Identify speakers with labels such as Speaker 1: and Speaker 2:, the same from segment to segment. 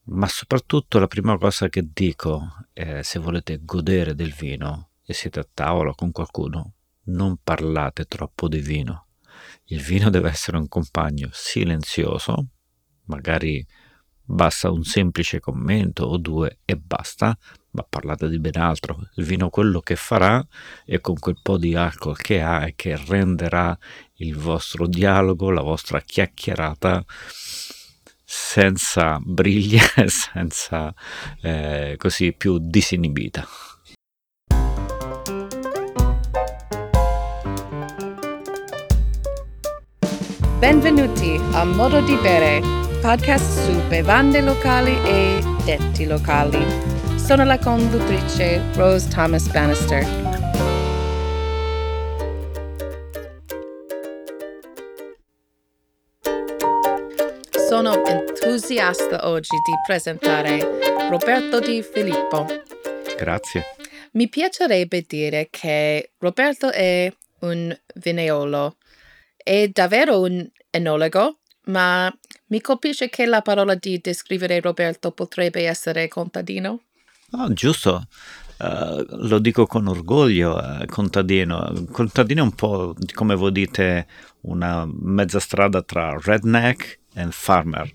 Speaker 1: ma soprattutto la prima cosa che dico è se volete godere del vino e siete a tavola con qualcuno, non parlate troppo di vino. Il vino deve essere un compagno silenzioso, magari basta un semplice commento o due e basta, ma parlate di ben altro. Il vino quello che farà e con quel po' di alcol che ha è che renderà il vostro dialogo, la vostra chiacchierata senza briglie, senza così più disinibita.
Speaker 2: Benvenuti a Modo di Bere, podcast su bevande locali e detti locali. Sono la conduttrice Rose Thomas Bannister. Sono entusiasta oggi di presentare Roberto Di Filippo.
Speaker 1: Grazie.
Speaker 2: Mi piacerebbe dire che Roberto è un vineolo. È davvero un enologo, ma mi colpisce che la parola di descrivere Roberto potrebbe essere contadino.
Speaker 1: Oh, giusto, lo dico con orgoglio, contadino. Contadino è un po' come voi dite una mezza strada tra redneck e farmer,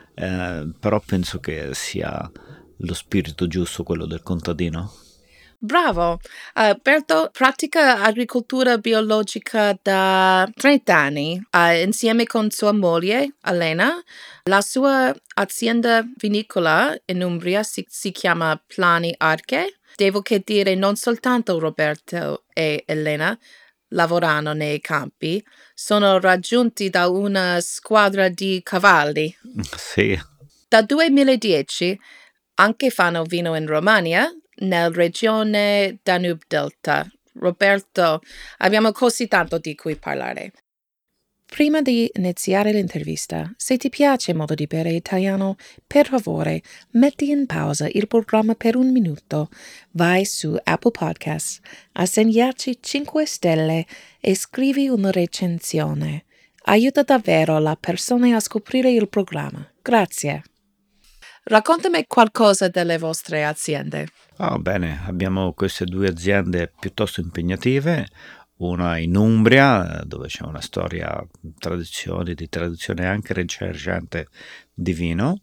Speaker 1: però penso che sia lo spirito giusto quello del contadino.
Speaker 2: Bravo! Berto pratica agricoltura biologica da 30 anni, insieme con sua moglie, Elena. La sua azienda vinicola in Umbria si chiama Plani Arche. Devo che dire, non soltanto Roberto e Elena lavorano nei campi, sono raggiunti da una squadra di cavalli.
Speaker 1: Sì.
Speaker 2: Da 2010 anche fanno vino in Romagna, nella regione Danube Delta. Roberto, abbiamo così tanto di cui parlare. Prima di iniziare l'intervista, se ti piace Modo di Bere Italiano, per favore, metti in pausa il programma per un minuto, vai su Apple Podcasts, assegnarci 5 stelle e scrivi una recensione. Aiuta davvero la persona a scoprire il programma. Grazie. Raccontami qualcosa delle vostre aziende.
Speaker 1: Bene, abbiamo queste due aziende piuttosto impegnative, una in Umbria, dove c'è una storia, di tradizione anche ricercante di vino,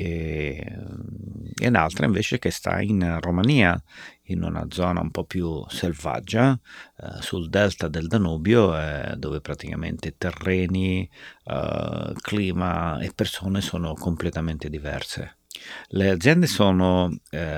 Speaker 1: e un'altra invece che sta in Romania, in una zona un po' più selvaggia, sul delta del Danubio, dove praticamente terreni, clima e persone sono completamente diverse. Le aziende sono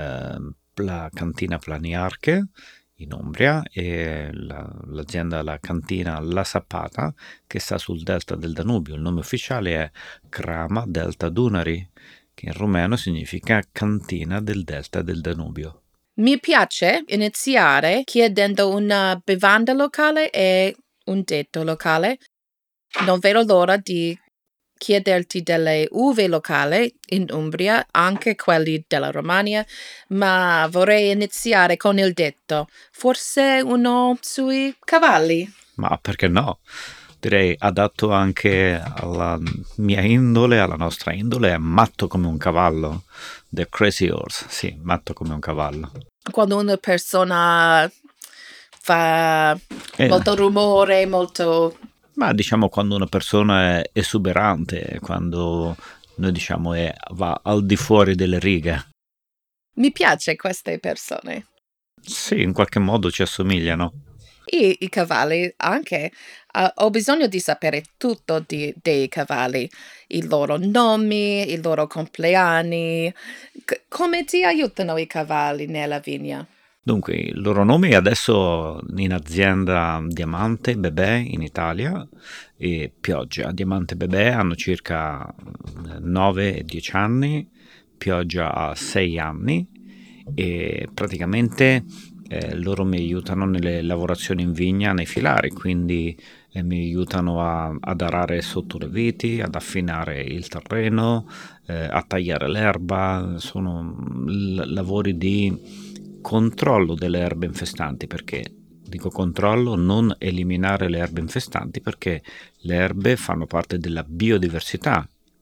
Speaker 1: la cantina Plani Arche in Umbria e l'azienda, la cantina La Sapata, che sta sul delta del Danubio. Il nome ufficiale è Crama Delta Dunării, che in rumeno significa cantina del delta del Danubio.
Speaker 2: Mi piace iniziare chiedendo una bevanda locale e un detto locale. Non vedo l'ora di chiederti delle uve locali in Umbria, anche quelli della Romagna, ma vorrei iniziare con il detto. Forse uno sui cavalli?
Speaker 1: Ma perché no? Direi adatto anche alla mia indole, alla nostra indole, è matto come un cavallo. The Crazy Horse, sì, matto come un cavallo.
Speaker 2: Quando una persona fa molto rumore, molto...
Speaker 1: Ma diciamo quando una persona è esuberante, quando noi diciamo va al di fuori delle righe.
Speaker 2: Mi piace queste persone.
Speaker 1: Sì, in qualche modo ci assomigliano.
Speaker 2: I cavalli anche. Ho bisogno di sapere tutto dei cavalli, i loro nomi, i loro compleanni. Come ti aiutano i cavalli nella vigna?
Speaker 1: Dunque, i loro nomi adesso in azienda Diamante Bebè in Italia e Pioggia. Diamante Bebè hanno circa 9 e 10 anni, Pioggia ha 6 anni e praticamente loro mi aiutano nelle lavorazioni in vigna, nei filari, quindi mi aiutano ad arare sotto le viti, ad affinare il terreno, a tagliare l'erba. Sono lavori di controllo delle erbe infestanti, perché dico controllo, non eliminare le erbe infestanti, perché le erbe fanno parte della biodiversità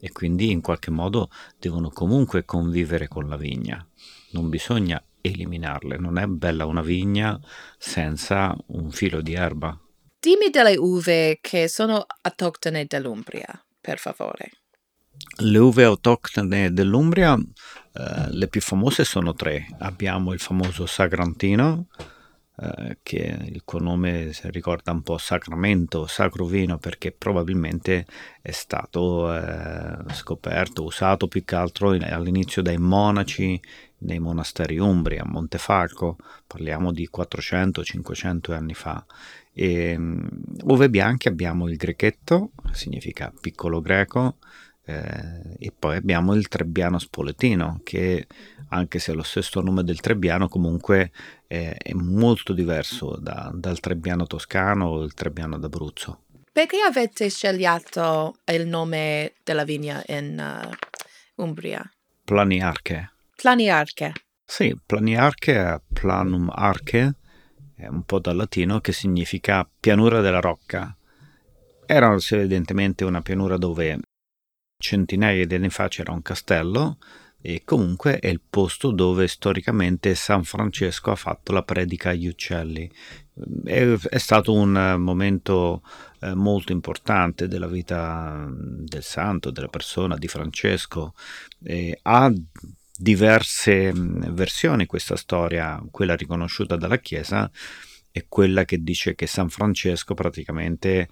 Speaker 1: e quindi in qualche modo devono comunque convivere con la vigna. Non bisogna eliminarle, non è bella una vigna senza un filo di erba.
Speaker 2: Dimmi delle uve che sono autoctone dell'Umbria, per favore.
Speaker 1: Le uve autoctone dell'Umbria, le più famose sono tre. Abbiamo il famoso Sagrantino, che il cognome ricorda un po' sacramento, sacro vino, perché probabilmente è stato scoperto, usato più che altro all'inizio dai monaci nei monasteri umbri a Montefalco, parliamo di 400-500 anni fa. E, uve bianche abbiamo il Grechetto, significa piccolo greco, e poi abbiamo il Trebbiano Spoletino, che anche se è lo stesso nome del Trebbiano comunque è molto diverso dal Trebbiano toscano o il Trebbiano d'Abruzzo.
Speaker 2: Perché avete scegliato il nome della vigna in Umbria?
Speaker 1: Planiarche.
Speaker 2: Planiarche.
Speaker 1: Sì, Planiarche è Planum Arche, è un po' dal latino, che significa pianura della rocca. Era evidentemente una pianura dove centinaia di anni fa c'era un castello, e comunque è il posto dove storicamente San Francesco ha fatto la predica agli uccelli. È stato un momento molto importante della vita del santo, della persona di Francesco. Ha diverse versioni questa storia, quella riconosciuta dalla Chiesa è quella che dice che San Francesco praticamente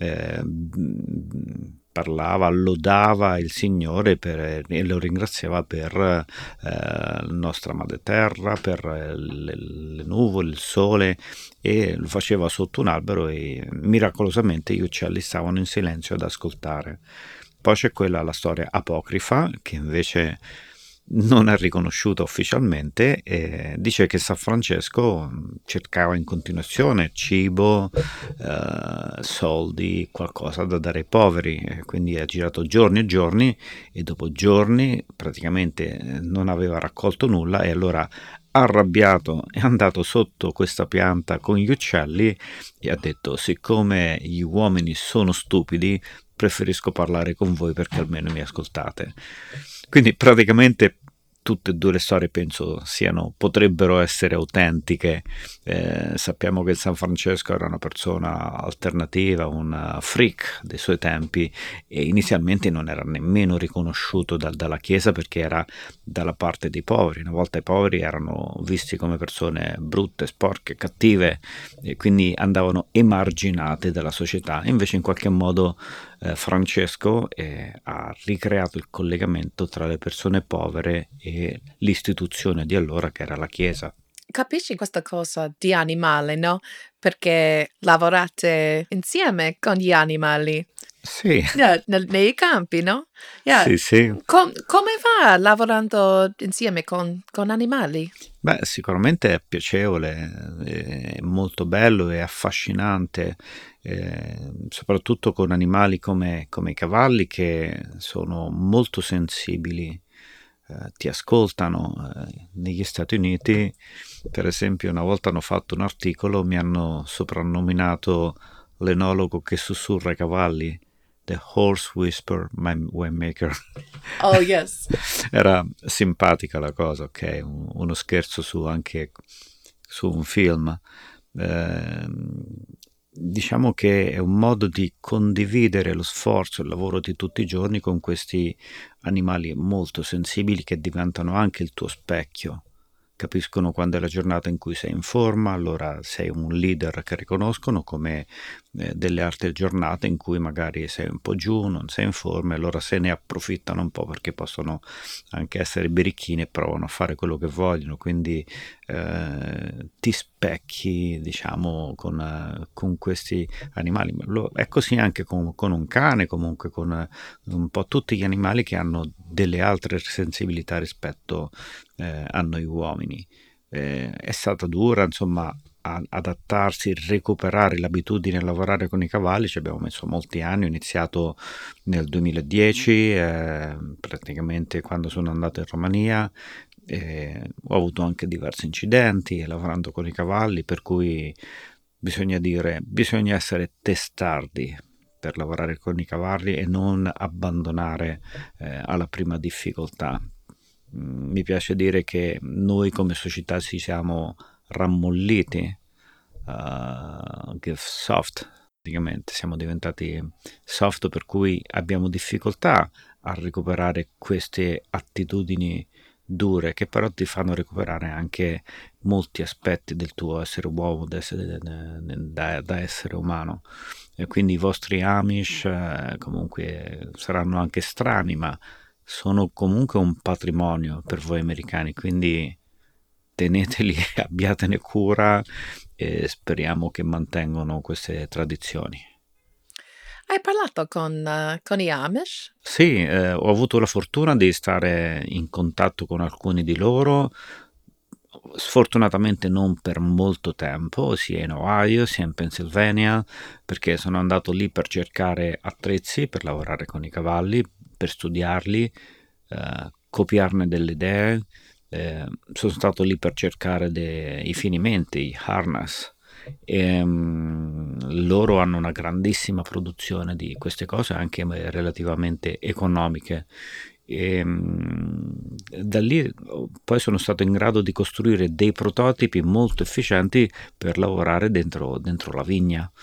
Speaker 1: parlava, lodava il Signore e lo ringraziava per la nostra madre terra, per le nuvole, il sole, e lo faceva sotto un albero e miracolosamente gli uccelli stavano in silenzio ad ascoltare. Poi c'è quella, la storia apocrifa, che invece non è riconosciuta ufficialmente, e dice che San Francesco cercava in continuazione cibo, soldi, qualcosa da dare ai poveri, quindi ha girato giorni e giorni e dopo giorni praticamente non aveva raccolto nulla, e allora arrabbiato è andato sotto questa pianta con gli uccelli e ha detto: siccome gli uomini sono stupidi, preferisco parlare con voi perché almeno mi ascoltate. Quindi praticamente tutte e due le storie penso potrebbero essere autentiche. Sappiamo che San Francesco era una persona alternativa, un freak dei suoi tempi, e inizialmente non era nemmeno riconosciuto dalla Chiesa perché era dalla parte dei poveri. Una volta i poveri erano visti come persone brutte, sporche, cattive, e quindi andavano emarginate dalla società. Invece in qualche modo Francesco ha ricreato il collegamento tra le persone povere e l'istituzione di allora che era la Chiesa.
Speaker 2: Capisci questa cosa di animale, no? Perché lavorate insieme con gli animali.
Speaker 1: Sì,
Speaker 2: Nei campi, no? Yeah.
Speaker 1: sì.
Speaker 2: Come va lavorando insieme con animali?
Speaker 1: Beh, sicuramente è piacevole, è molto bello e affascinante, soprattutto con animali come i cavalli, che sono molto sensibili, ti ascoltano. Negli Stati Uniti, per esempio, una volta hanno fatto un articolo, mi hanno soprannominato l'enologo che sussurra ai cavalli, The Horse Whisper Winemaker.
Speaker 2: Oh, yes.
Speaker 1: Era simpatica la cosa, ok? Uno scherzo anche su un film. Diciamo che è un modo di condividere lo sforzo e il lavoro di tutti i giorni con questi animali molto sensibili che diventano anche il tuo specchio. Capiscono quando è la giornata in cui sei in forma, allora sei un leader che riconoscono, come delle altre giornate in cui magari sei un po' giù, non sei in forma, e allora se ne approfittano un po' perché possono anche essere birichini e provano a fare quello che vogliono. Quindi ti specchi, diciamo, con questi animali. È così anche con un cane, comunque con un po' tutti gli animali che hanno delle altre sensibilità rispetto a noi uomini. È stata dura, insomma, adattarsi, recuperare l'abitudine a lavorare con i cavalli. Ci abbiamo messo molti anni. Ho iniziato nel 2010, praticamente quando sono andato in Romania. Ho avuto anche diversi incidenti lavorando con i cavalli, per cui bisogna essere testardi per lavorare con i cavalli e non abbandonare alla prima difficoltà. Mi piace dire che noi come società ci siamo rammolliti, soft, praticamente siamo diventati soft, per cui abbiamo difficoltà a recuperare queste attitudini dure, che però ti fanno recuperare anche molti aspetti del tuo essere uomo, da essere umano. E quindi i vostri Amish comunque saranno anche strani, ma sono comunque un patrimonio per voi americani, quindi teneteli, abbiatene cura e speriamo che mantengano queste tradizioni.
Speaker 2: Hai parlato con gli Amish?
Speaker 1: Sì, ho avuto la fortuna di stare in contatto con alcuni di loro, sfortunatamente non per molto tempo, sia in Ohio sia in Pennsylvania, perché sono andato lì per cercare attrezzi per lavorare con i cavalli, per studiarli, copiarne delle idee. Sono stato lì per cercare i finimenti, i harness. Loro hanno una grandissima produzione di queste cose, anche relativamente economiche. Da lì poi sono stato in grado di costruire dei prototipi molto efficienti per lavorare dentro la vigna.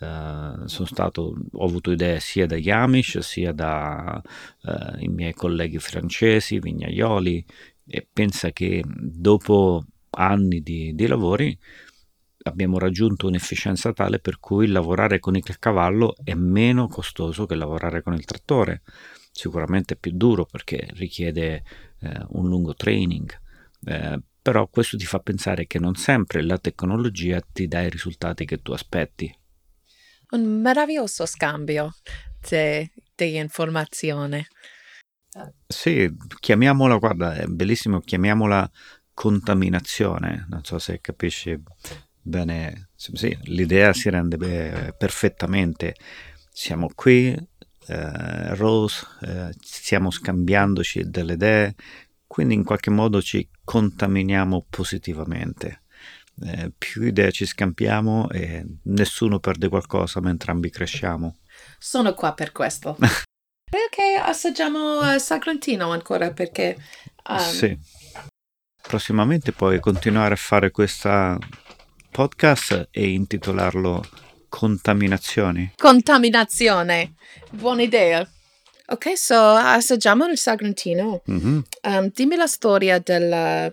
Speaker 1: Ho avuto idee sia dagli Amish sia da i miei colleghi francesi, vignaioli, e pensa che dopo anni di lavori abbiamo raggiunto un'efficienza tale per cui lavorare con il cavallo è meno costoso che lavorare con il trattore. Sicuramente è più duro perché richiede un lungo training, però questo ti fa pensare che non sempre la tecnologia ti dà i risultati che tu aspetti.
Speaker 2: Un meraviglioso scambio di informazione.
Speaker 1: Sì, chiamiamola, guarda, è bellissimo, chiamiamola contaminazione, non so se capisci bene, sì, l'idea si rende perfettamente. Siamo qui, Rose, stiamo scambiandoci delle idee, quindi in qualche modo ci contaminiamo positivamente. Più idee ci scambiamo e nessuno perde qualcosa, ma entrambi cresciamo.
Speaker 2: Sono qua per questo. Ok, assaggiamo Sagrantino ancora perché...
Speaker 1: Sì. Prossimamente puoi continuare a fare questa podcast e intitolarlo Contaminazioni.
Speaker 2: Contaminazione. Buona idea. Ok, so assaggiamo il Sagrantino.
Speaker 1: Mm-hmm.
Speaker 2: Dimmi la storia della...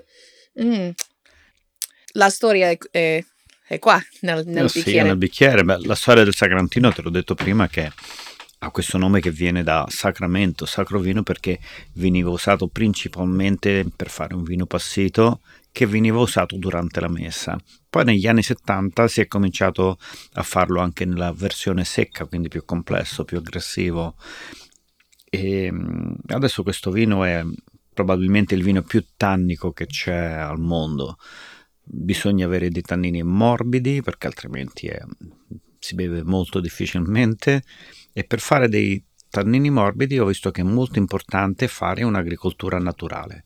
Speaker 2: La storia è qua, nel
Speaker 1: Sì,
Speaker 2: bicchiere.
Speaker 1: nel bicchiere. Beh, la storia del Sagrantino, te l'ho detto prima, che ha questo nome che viene da sacramento, sacro vino, perché veniva usato principalmente per fare un vino passito che veniva usato durante la messa. Poi negli anni 70 si è cominciato a farlo anche nella versione secca, quindi più complesso, più aggressivo. E adesso questo vino è probabilmente il vino più tannico che c'è al mondo. Bisogna avere dei tannini morbidi perché altrimenti si beve molto difficilmente, e per fare dei tannini morbidi ho visto che è molto importante fare un'agricoltura naturale,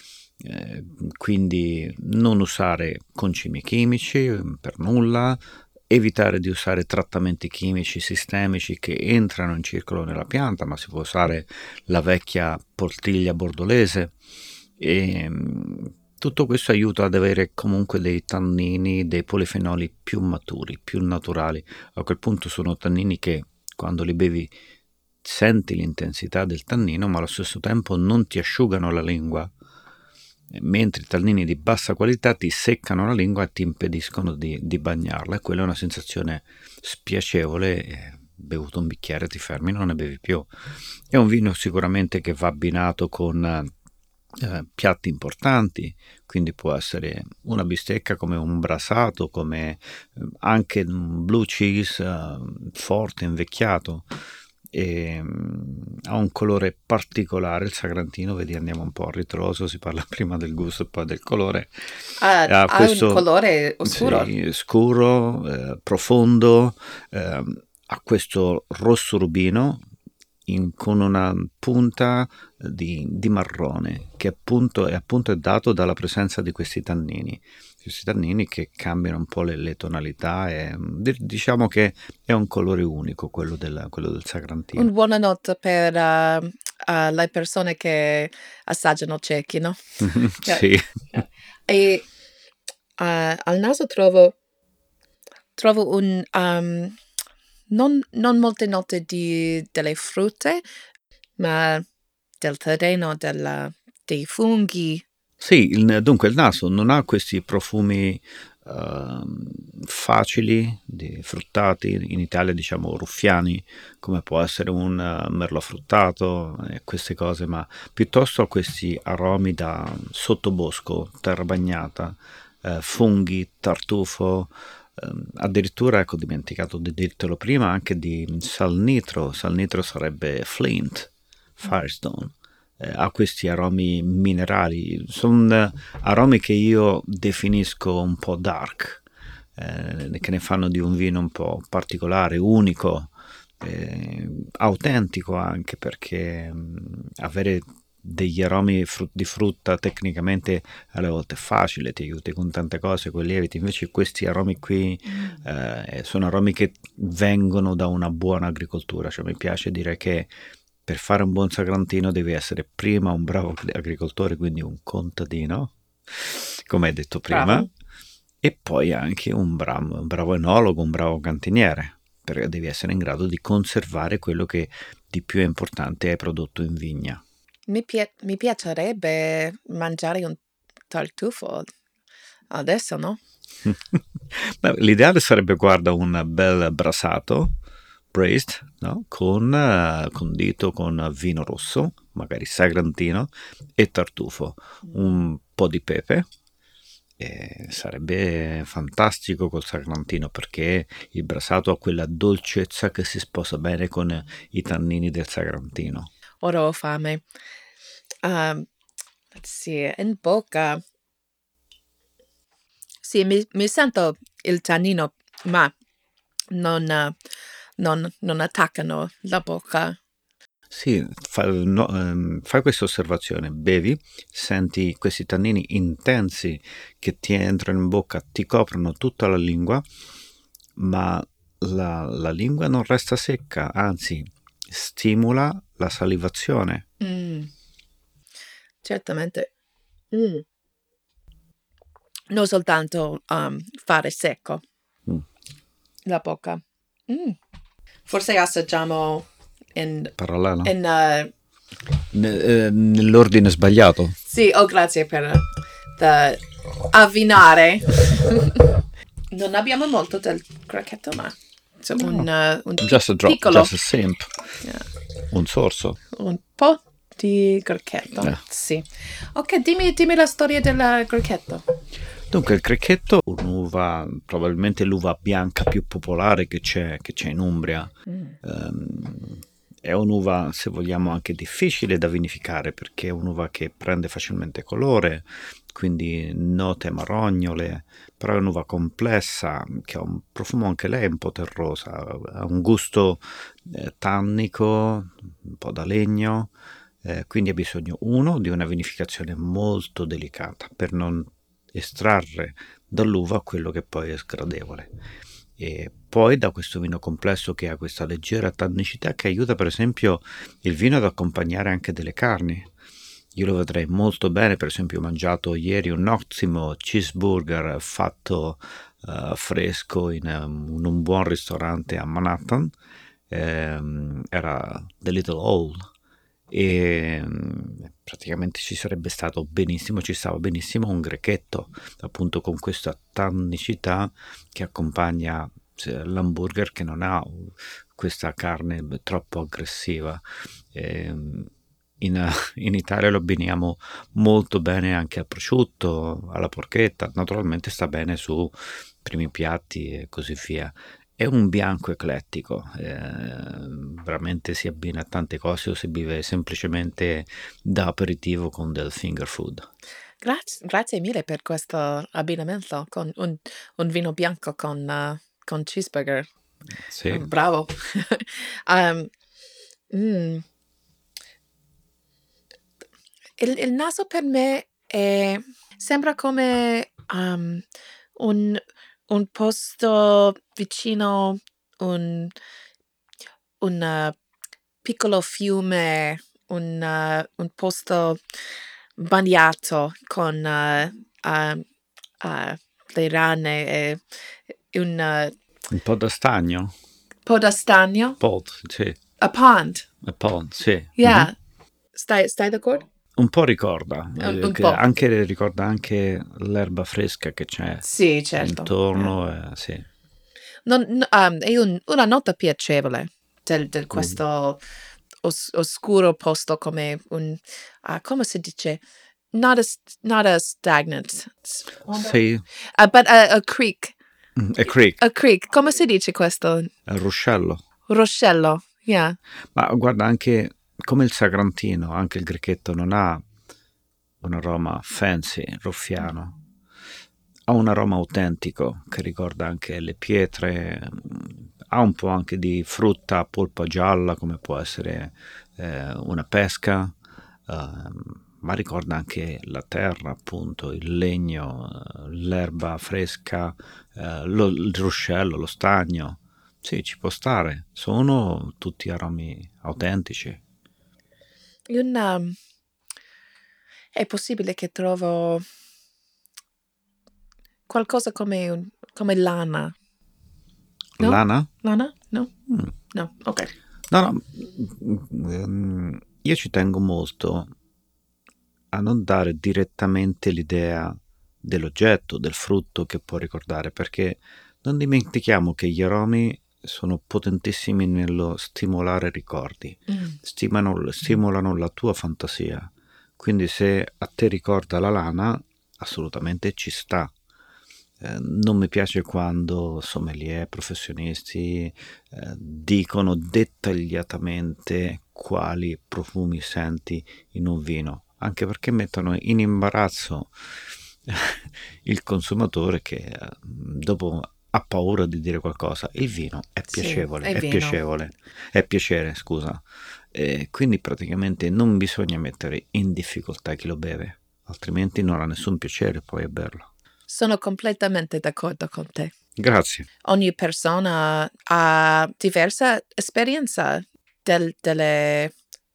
Speaker 1: quindi non usare concimi chimici per nulla, evitare di usare trattamenti chimici sistemici che entrano in circolo nella pianta, ma si può usare la vecchia poltiglia bordolese, e tutto questo aiuta ad avere comunque dei tannini, dei polifenoli più maturi, più naturali. A quel punto sono tannini che quando li bevi senti l'intensità del tannino, ma allo stesso tempo non ti asciugano la lingua, mentre i tannini di bassa qualità ti seccano la lingua e ti impediscono di bagnarla, e quella è una sensazione spiacevole. Bevuto un bicchiere ti fermi, non ne bevi più. È un vino sicuramente che va abbinato con piatti importanti, quindi può essere una bistecca, come un brasato, come anche un blue cheese forte, invecchiato, e ha un colore particolare il Sagrantino. Vedi, andiamo un po' a ritroso, si parla prima del gusto e poi del colore.
Speaker 2: Ha questo, un colore oscuro,
Speaker 1: sì, scuro, profondo, ha questo rosso rubino con una punta di marrone, che appunto è dato dalla presenza di questi tannini che cambiano un po' le tonalità, e diciamo che è un colore unico quello del Sagrantino.
Speaker 2: Buona nota per le persone che assaggiano ciechi, no?
Speaker 1: Sì.
Speaker 2: E al naso trovo non molte note delle frutte, ma del terreno, dei funghi.
Speaker 1: Sì, dunque il naso non ha questi profumi facili, fruttati, in Italia diciamo ruffiani, come può essere un merlot fruttato e queste cose, ma piuttosto ha questi aromi da sottobosco, terra bagnata, funghi, tartufo, addirittura, ecco, ho dimenticato di dirtelo prima, anche di salnitro sarebbe flint, firestone. Ha questi aromi minerali, sono aromi che io definisco un po' dark, che ne fanno di un vino un po' particolare, unico, autentico anche, perché avere degli aromi di frutta tecnicamente alle volte è facile, ti aiuti con tante cose, con i lieviti, invece questi aromi qui sono aromi che vengono da una buona agricoltura, cioè mi piace dire che per fare un buon Sagrantino devi essere prima un bravo agricoltore, quindi un contadino, come hai detto prima,
Speaker 2: Bravo.
Speaker 1: e poi anche un bravo enologo, un bravo cantiniere, perché devi essere in grado di conservare quello che di più è importante hai prodotto in vigna.
Speaker 2: Mi piacerebbe mangiare un tartufo adesso, no?
Speaker 1: Beh, l'ideale sarebbe, guarda, un bel brasato, braised, no? Condito con vino rosso, magari sagrantino, e tartufo, un po' di pepe. Sarebbe fantastico col sagrantino, perché il brasato ha quella dolcezza che si sposa bene con i tannini del sagrantino.
Speaker 2: Ora ho fame. Let's see, in bocca. Sì, mi sento il tannino, ma non attaccano la bocca.
Speaker 1: Sì, fai questa osservazione, bevi, senti questi tannini intensi che ti entrano in bocca, ti coprono tutta la lingua, ma la lingua non resta secca, anzi stimola la salivazione.
Speaker 2: Certamente. Non soltanto fare secco
Speaker 1: Mm.
Speaker 2: la bocca. Forse assaggiamo in
Speaker 1: Parallelo?
Speaker 2: in
Speaker 1: Nell'ordine sbagliato.
Speaker 2: sì, grazie per avvinare. Non abbiamo molto del cracchetto, ma un
Speaker 1: Just a drop,
Speaker 2: piccolo,
Speaker 1: just a simp.
Speaker 2: yeah,
Speaker 1: Un sorso.
Speaker 2: un po' di cracchetto. Sì. Ok, dimmi la storia del cracchetto.
Speaker 1: Dunque, il cricchetto, un'uva, probabilmente l'uva bianca più popolare che c'è in Umbria. È un'uva, se vogliamo, anche difficile da vinificare, perché è un'uva che prende facilmente colore, quindi note marrognole, però è un'uva complessa, che ha un profumo anche lei un po' terrosa, ha un gusto tannico, un po' da legno, quindi ha bisogno, uno, di una vinificazione molto delicata per non estrarre dall'uva quello che poi è sgradevole, e poi da questo vino complesso che ha questa leggera tannicità che aiuta per esempio il vino ad accompagnare anche delle carni. Io lo vedrei molto bene, per esempio ho mangiato ieri un ottimo cheeseburger fatto fresco in un buon ristorante a Manhattan, era The Little Hole, e praticamente ci sarebbe stato benissimo, ci stava benissimo un grechetto, appunto con questa tannicità che accompagna l'hamburger, che non ha questa carne troppo aggressiva. In Italia lo abbiniamo molto bene anche al prosciutto, alla porchetta, naturalmente sta bene su primi piatti e così via. È un bianco eclettico, veramente si abbina a tante cose o si vive semplicemente da aperitivo con del finger food.
Speaker 2: Grazie mille per questo abbinamento con un vino bianco con cheeseburger.
Speaker 1: Sì.
Speaker 2: Bravo. Um, Mm. Il naso per me sembra come un posto vicino un piccolo fiume, un posto bagnato con le rane e un
Speaker 1: Un po' da stagno?
Speaker 2: po' da stagno.
Speaker 1: Pod, sì.
Speaker 2: A pond.
Speaker 1: A pond, sì.
Speaker 2: Yeah. Stai d'accordo?
Speaker 1: Un po' ricorda,
Speaker 2: Un po'.
Speaker 1: ricorda anche l'erba fresca che c'è
Speaker 2: Sì, certo.
Speaker 1: intorno, sì.
Speaker 2: È una nota piacevole del questo oscuro posto come come si dice? Not a stagnant.
Speaker 1: Sì,
Speaker 2: But a creek.
Speaker 1: è creek,
Speaker 2: A creek. Come si dice questo?
Speaker 1: è ruscello.
Speaker 2: Ruscello. Yeah.
Speaker 1: Ma guarda, anche come il Sagrantino, anche il Grecchetto non ha un aroma fancy, ruffiano. Ha un aroma autentico che ricorda anche le pietre, ha un po' anche di frutta a polpa gialla come può essere una pesca, ma ricorda anche la terra, appunto, il legno, l'erba fresca, il ruscello, lo stagno. Sì, ci può stare, sono tutti aromi autentici.
Speaker 2: È possibile che trovo qualcosa come lana. No?
Speaker 1: Lana?
Speaker 2: Lana? No? No, ok.
Speaker 1: No, io ci tengo molto a non dare direttamente l'idea dell'oggetto, del frutto che può ricordare, perché non dimentichiamo che gli aromi sono potentissimi nello stimolare ricordi, stimolano la tua fantasia, quindi se a te ricorda la lana, assolutamente ci sta. Non mi piace quando sommelier, professionisti dicono dettagliatamente quali profumi senti in un vino, anche perché mettono in imbarazzo il consumatore che dopo ha paura di dire qualcosa. Il vino è piacevole,
Speaker 2: Sì, è
Speaker 1: piacevole, è piacere, scusa. Quindi praticamente non bisogna mettere in difficoltà chi lo beve, altrimenti non ha nessun piacere poi a berlo.
Speaker 2: Sono completamente d'accordo con te.
Speaker 1: Grazie.
Speaker 2: Ogni persona ha diversa esperienza dei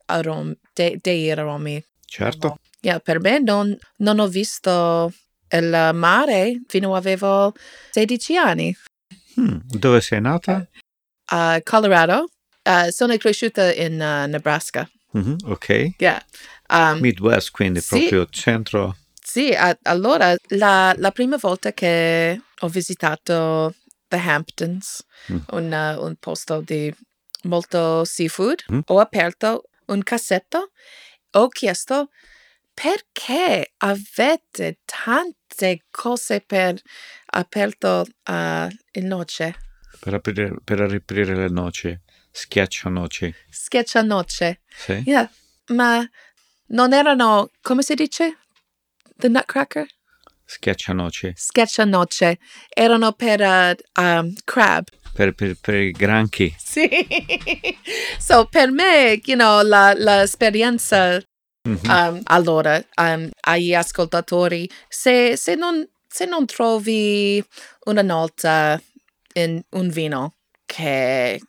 Speaker 2: aromi.
Speaker 1: Certo.
Speaker 2: Yeah, per me non ho visto il mare fino avevo 16 anni.
Speaker 1: Dove sei nata?
Speaker 2: A Colorado. Sono cresciuta in Nebraska.
Speaker 1: Ok.
Speaker 2: Yeah.
Speaker 1: Midwest, quindi
Speaker 2: sì.
Speaker 1: proprio centro.
Speaker 2: Sì, allora la prima volta che ho visitato The Hamptons, un posto di molto seafood, ho aperto un cassetto, ho chiesto perché avete tante cose per aperto il noce.
Speaker 1: Per aprire le noci, schiaccianoci.
Speaker 2: Schiaccianoce.
Speaker 1: Sì.
Speaker 2: Yeah, ma non erano, come si dice? The Nutcracker?
Speaker 1: Schiaccianoci.
Speaker 2: Schiaccianoce. Erano per crab.
Speaker 1: Per i granchi.
Speaker 2: Sì. So, per me, l'esperienza, allora, agli ascoltatori, se non trovi una nota in un vino che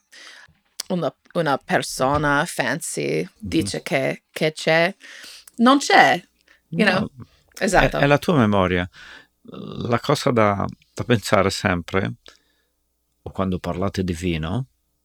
Speaker 2: una persona fancy dice che c'è, non c'è,
Speaker 1: No,
Speaker 2: Esatto.
Speaker 1: È la tua memoria. La cosa da pensare sempre, o quando parlate di vino,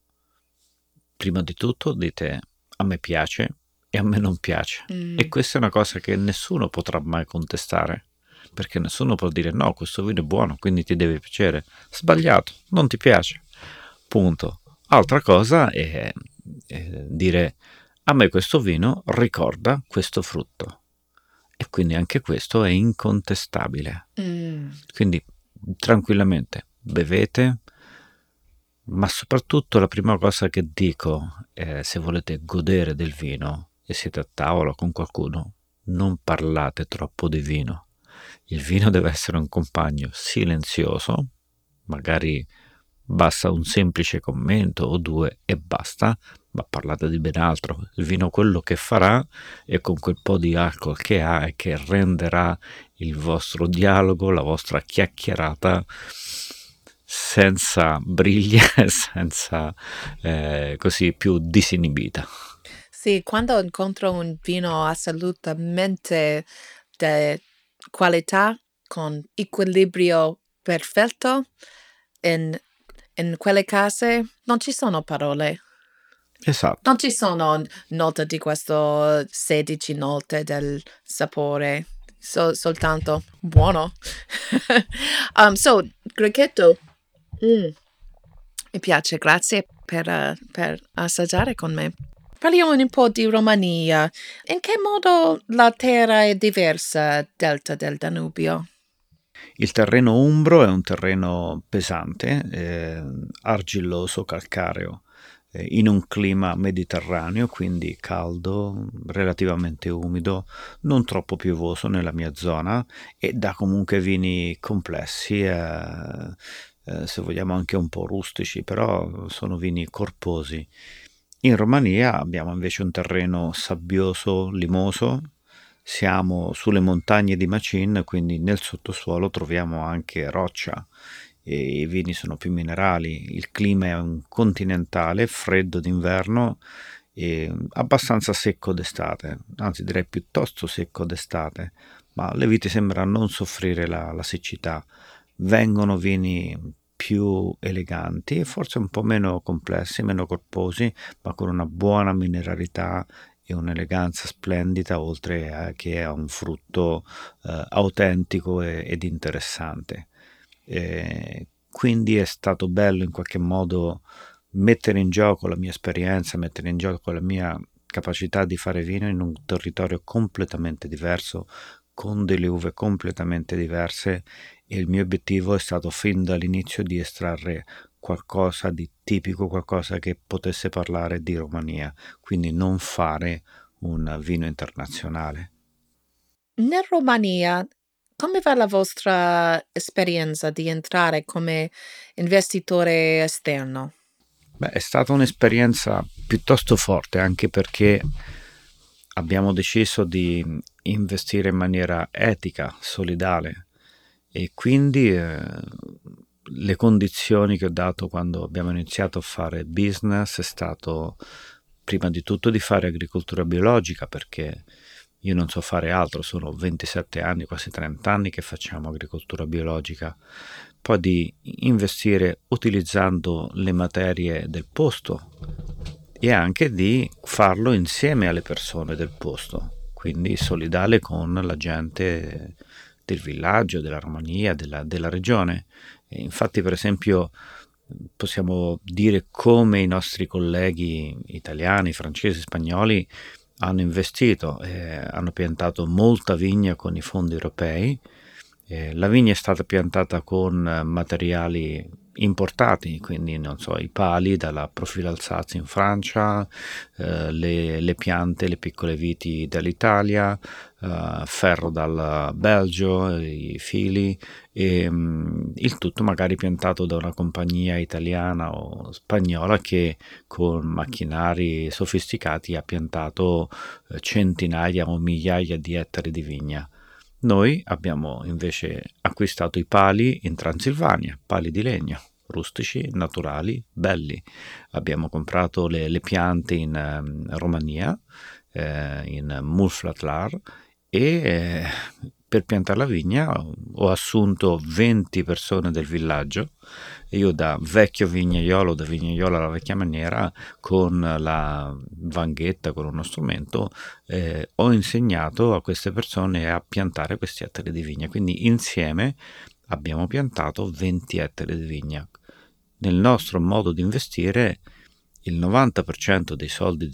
Speaker 1: prima di tutto dite a me piace e a me non piace. E questa è una cosa che nessuno potrà mai contestare, perché nessuno può dire no, questo vino è buono, quindi ti deve piacere. Sbagliato, non ti piace. Punto. Altra cosa è dire a me questo vino ricorda questo frutto. E quindi anche questo è incontestabile. Quindi tranquillamente bevete, ma soprattutto la prima cosa che dico è se volete godere del vino e siete a tavola con qualcuno, non parlate troppo di vino. Il vino deve essere un compagno silenzioso, magari basta un semplice commento o due e basta, ma parlate di ben altro. Il vino quello che farà e con quel po' di alcol che ha e che renderà il vostro dialogo, la vostra chiacchierata senza briglie, senza così più disinibita.
Speaker 2: Sì, quando incontro un vino assolutamente di qualità, con equilibrio perfetto, in, in quelle case non ci sono parole.
Speaker 1: Esatto.
Speaker 2: Non ci sono note di questo 16 note del sapore, soltanto buono. So, Grechetto, mi piace, grazie per assaggiare con me. Parliamo un po' di Romania. In che modo la terra è diversa delta del Danubio?
Speaker 1: Il terreno umbro è un terreno pesante, argilloso, calcareo, in un clima mediterraneo, quindi caldo, relativamente umido, non troppo piovoso nella mia zona e dà comunque vini complessi, se vogliamo anche un po' rustici, però sono vini corposi. In Romania abbiamo invece un terreno sabbioso, limoso. Siamo sulle montagne di Macin, quindi nel sottosuolo troviamo anche roccia e i vini sono più minerali. Il clima è un continentale, freddo d'inverno e abbastanza secco d'estate, anzi direi piuttosto secco d'estate, ma le viti sembrano non soffrire la siccità. Vengono vini più eleganti, forse un po' meno complessi, meno corposi, ma con una buona mineralità e un'eleganza splendida, oltre a che a un frutto autentico ed interessante. Quindi è stato bello in qualche modo mettere in gioco la mia esperienza, mettere in gioco la mia capacità di fare vino in un territorio completamente diverso, con delle uve completamente diverse, e il mio obiettivo è stato fin dall'inizio di estrarre qualcosa di tipico, qualcosa che potesse parlare di Romania, quindi non fare un vino internazionale.
Speaker 2: In Romania, come va la vostra esperienza di entrare come investitore esterno?
Speaker 1: Beh, è stata un'esperienza piuttosto forte, anche perché abbiamo deciso di investire in maniera etica, solidale, e quindi le condizioni che ho dato quando abbiamo iniziato a fare business è stato prima di tutto di fare agricoltura biologica, perché io non so fare altro, sono 27 anni, quasi 30 anni che facciamo agricoltura biologica, poi di investire utilizzando le materie del posto e anche di farlo insieme alle persone del posto, quindi solidale con la gente del villaggio, della Romania, della regione. E infatti, per esempio, possiamo dire come i nostri colleghi italiani, francesi, spagnoli hanno investito, hanno piantato molta vigna con i fondi europei. La vigna è stata piantata con materiali importati, quindi non so, i pali dalla Profil Alsace in Francia, le piante, le piccole viti dall'Italia, ferro dal Belgio, i fili, e il tutto magari piantato da una compagnia italiana o spagnola che con macchinari sofisticati ha piantato centinaia o migliaia di ettari di vigna. Noi abbiamo invece acquistato i pali in Transilvania, pali di legno, rustici, naturali, belli. Abbiamo comprato le piante in Romania, in Mulflatlar, e per piantare la vigna ho assunto 20 persone del villaggio. Io da vecchio vignaiolo, da vignaiolo alla vecchia maniera, con la vanghetta, con uno strumento, ho insegnato a queste persone a piantare questi ettari di vigna. Quindi insieme abbiamo piantato 20 ettari di vigna. Nel nostro modo di investire, il 90% dei soldi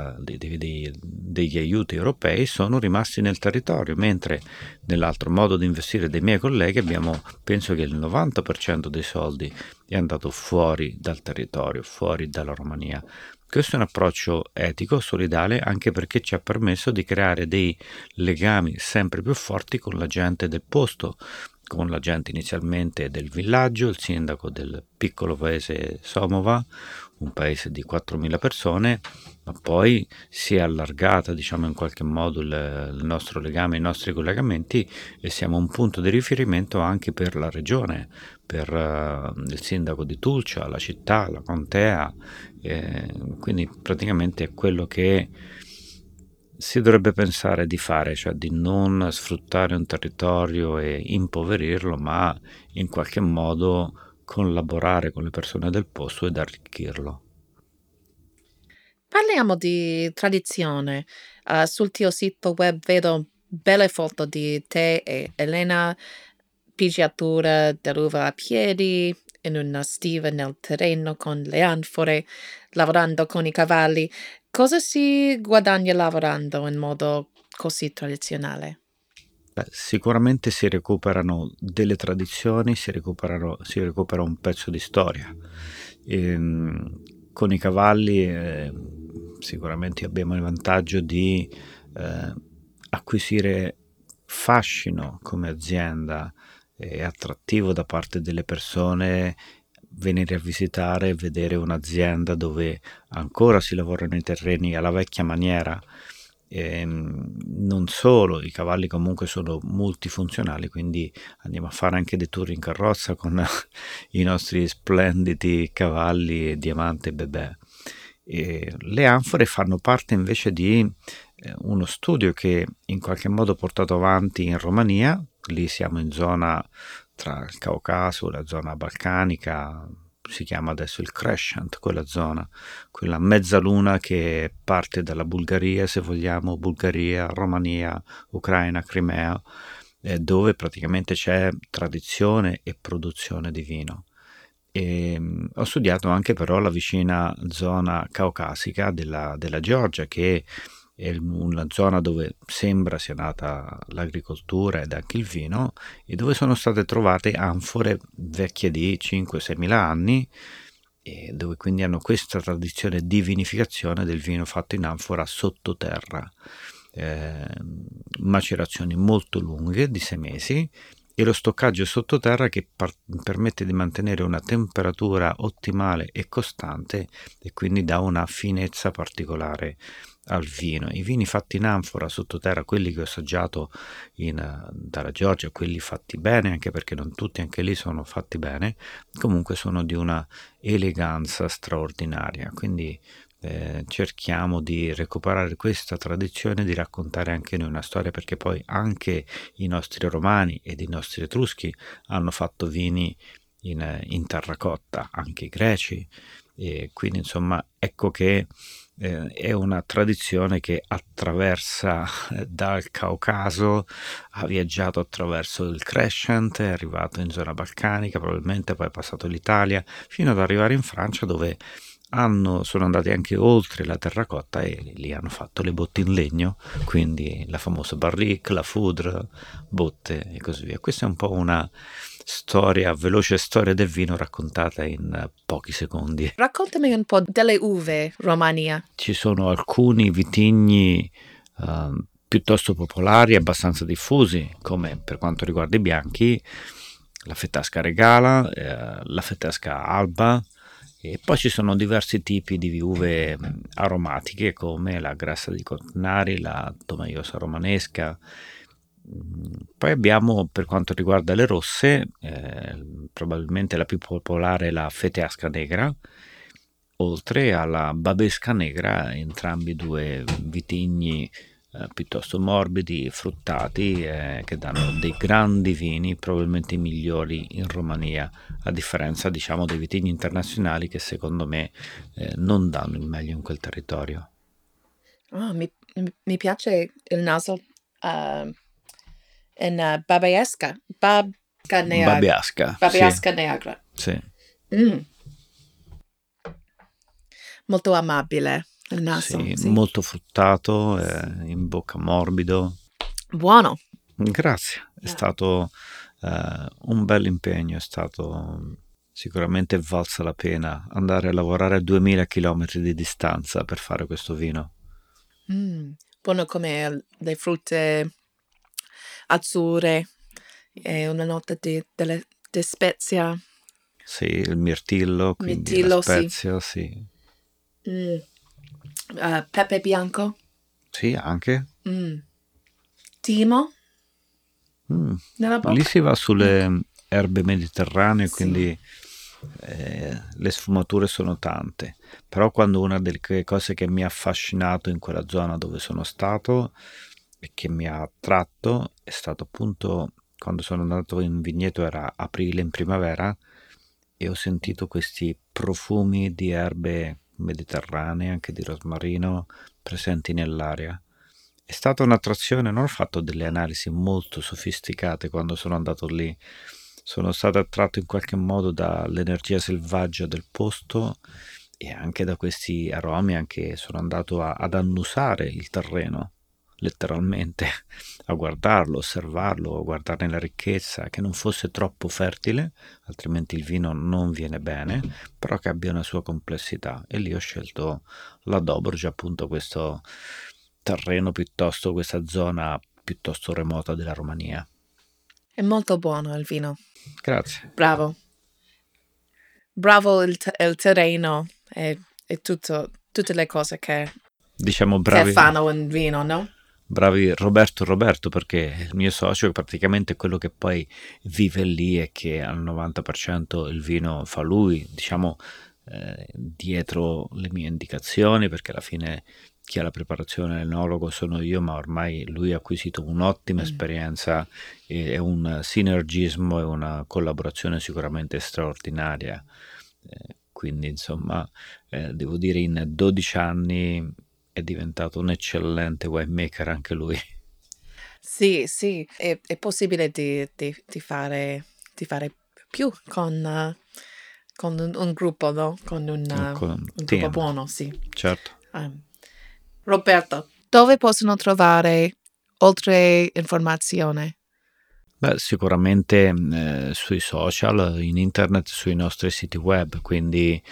Speaker 1: degli aiuti europei sono rimasti nel territorio, mentre nell'altro modo di investire dei miei colleghi penso che il 90% dei soldi è andato fuori dal territorio, fuori dalla Romania. Questo è un approccio etico, solidale, anche perché ci ha permesso di creare dei legami sempre più forti con la gente del posto, con la gente inizialmente del villaggio, il sindaco del piccolo paese Somova, un paese di 4.000 persone, ma poi si è allargata, diciamo, in qualche modo il nostro legame, i nostri collegamenti, e siamo un punto di riferimento anche per la regione, per il sindaco di Tulcea, la città, la contea, quindi praticamente è quello che si dovrebbe pensare di fare, cioè di non sfruttare un territorio e impoverirlo, ma in qualche modo collaborare con le persone del posto ed arricchirlo.
Speaker 2: Parliamo di tradizione. Sul tuo sito web vedo belle foto di te e Elena, pigiatura dell'uva a piedi, in una stiva nel terreno con le anfore, lavorando con i cavalli. Cosa si guadagna lavorando in modo così tradizionale?
Speaker 1: Beh, sicuramente si recuperano delle tradizioni, si recupera un pezzo di storia. Con i cavalli sicuramente abbiamo il vantaggio di acquisire fascino come azienda e attrattivo da parte delle persone venire a visitare e vedere un'azienda dove ancora si lavorano i terreni alla vecchia maniera. Non solo, i cavalli comunque sono multifunzionali, quindi andiamo a fare anche dei tour in carrozza con i nostri splendidi cavalli Diamante e Bebè. E le anfore fanno parte invece di uno studio che in qualche modo ho portato avanti in Romania. Lì siamo in zona tra il Caucaso, la zona balcanica, si chiama adesso il Crescent, quella mezzaluna che parte dalla Bulgaria, se vogliamo, Bulgaria, Romania, Ucraina, Crimea, dove praticamente c'è tradizione e produzione di vino. Ho studiato anche però la vicina zona caucasica della Georgia, che è una zona dove sembra sia nata l'agricoltura ed anche il vino, e dove sono state trovate anfore vecchie di 5-6 mila anni, e dove quindi hanno questa tradizione di vinificazione del vino fatto in anfora sottoterra, macerazioni molto lunghe di 6 mesi, e lo stoccaggio sottoterra che permette di mantenere una temperatura ottimale e costante, e quindi dà una finezza particolare al vino. I vini fatti in anfora sottoterra, quelli che ho assaggiato dalla Georgia, quelli fatti bene, anche perché non tutti anche lì sono fatti bene, comunque sono di una eleganza straordinaria. Quindi cerchiamo di recuperare questa tradizione, di raccontare anche noi una storia, perché poi anche i nostri romani ed i nostri etruschi hanno fatto vini in terracotta, anche i greci, e quindi insomma ecco che è una tradizione che attraversa dal Caucaso, ha viaggiato attraverso il Crescent, è arrivato in zona balcanica, probabilmente poi è passato l'Italia, fino ad arrivare in Francia, dove sono andati anche oltre la terracotta e lì hanno fatto le botte in legno, quindi la famosa barrique, la foudre, botte e così via. Questa è un po' una veloce storia del vino raccontata in pochi secondi.
Speaker 2: Raccontami un po' delle uve, Romania.
Speaker 1: Ci sono alcuni vitigni piuttosto popolari, abbastanza diffusi, come per quanto riguarda i bianchi, la Fetasca Regala, la Fetasca Alba, e poi ci sono diversi tipi di uve aromatiche come la Grassa di Cortinari, la Tomaiosa Romanesca. Poi abbiamo, per quanto riguarda le rosse, probabilmente la più popolare è la Feteasca Negra, oltre alla Babesca Negra, entrambi due vitigni piuttosto morbidi, fruttati, che danno dei grandi vini, probabilmente i migliori in Romania, a differenza, diciamo, dei vitigni internazionali che secondo me non danno il meglio in quel territorio.
Speaker 2: Oh, mi piace il naso in Babesca.
Speaker 1: Babiasca, sì,
Speaker 2: Babesca Negra.
Speaker 1: sì.
Speaker 2: Mm. Molto amabile il naso.
Speaker 1: Sì,
Speaker 2: Sì.
Speaker 1: molto fruttato, in bocca morbido.
Speaker 2: Buono.
Speaker 1: Grazie, è stato un bel impegno, è stato sicuramente valsa la pena andare a lavorare a 2000 km di distanza per fare questo vino.
Speaker 2: Buono come le frutte azzurre e una nota di spezia.
Speaker 1: Sì, il mirtillo, quindi
Speaker 2: Mirtillo,
Speaker 1: la spezia, sì.
Speaker 2: Pepe bianco.
Speaker 1: Sì, anche.
Speaker 2: Timo nella bocca.
Speaker 1: Lì si va sulle erbe mediterranee,
Speaker 2: Sì.
Speaker 1: quindi le sfumature sono tante. Però quando una delle cose che mi ha affascinato in quella zona dove sono stato e che mi ha attratto è stato appunto quando sono andato in vigneto, era aprile, in primavera, e ho sentito questi profumi di erbe mediterranee, anche di rosmarino, presenti nell'aria. È stata un'attrazione, non ho fatto delle analisi molto sofisticate quando sono andato lì, sono stato attratto in qualche modo dall'energia selvaggia del posto e anche da questi aromi, anche sono andato ad annusare il terreno, letteralmente, a guardarlo, osservarlo, a guardarne la ricchezza, che non fosse troppo fertile, altrimenti il vino non viene bene, però che abbia una sua complessità. E lì ho scelto la Dobrogea, appunto questo terreno piuttosto, questa zona piuttosto remota della Romania.
Speaker 2: È molto buono il vino.
Speaker 1: Grazie.
Speaker 2: Bravo il terreno e tutte le cose che fanno un vino, no?
Speaker 1: Bravi Roberto, perché il mio socio è praticamente quello che poi vive lì e che al 90% il vino fa lui, diciamo, dietro le mie indicazioni, perché alla fine chi ha la preparazione l'enologo sono io, ma ormai lui ha acquisito un'ottima esperienza e un sinergismo e una collaborazione sicuramente straordinaria. Quindi insomma, devo dire, in 12 anni è diventato un eccellente winemaker anche lui.
Speaker 2: Sì, è possibile di fare più con un gruppo, no? Con un gruppo buono, sì.
Speaker 1: Certo.
Speaker 2: Roberto, dove possono trovare oltre informazione?
Speaker 1: Beh, sicuramente sui social, in internet, sui nostri siti web, quindi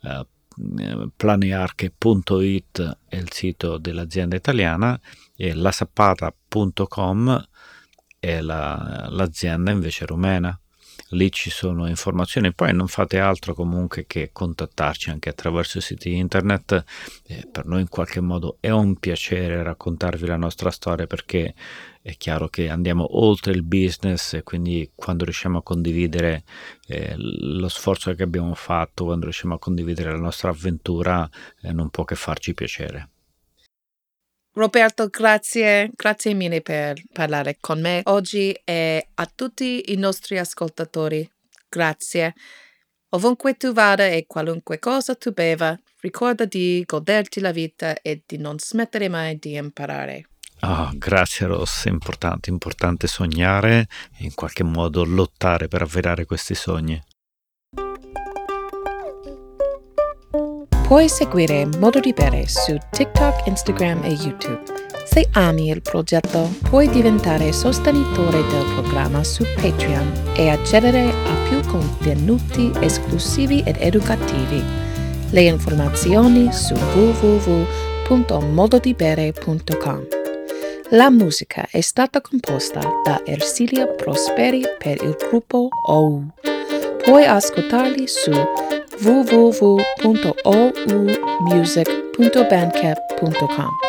Speaker 1: planearche.it è il sito dell'azienda italiana e lasappata.com è l'azienda invece rumena. Lì ci sono informazioni, poi non fate altro comunque che contattarci anche attraverso i siti internet. Per noi in qualche modo è un piacere raccontarvi la nostra storia, perché è chiaro che andiamo oltre il business e quindi quando riusciamo a condividere lo sforzo che abbiamo fatto, quando riusciamo a condividere la nostra avventura, non può che farci piacere.
Speaker 2: Roberto, grazie mille per parlare con me oggi e a tutti i nostri ascoltatori. Grazie. Ovunque tu vada e qualunque cosa tu beva, ricorda di goderti la vita e di non smettere mai di imparare.
Speaker 1: Grazie Ross, è importante sognare e in qualche modo lottare per avverare questi sogni.
Speaker 2: Puoi seguire Modo di Bere su TikTok, Instagram e YouTube. Se ami il progetto, puoi diventare sostenitore del programma su Patreon e accedere a più contenuti esclusivi ed educativi. Le informazioni su www.mododibere.com. La musica è stata composta da Ersilia Prosperi per il gruppo OU. Puoi ascoltarli su www.oumusic.bandcamp.com.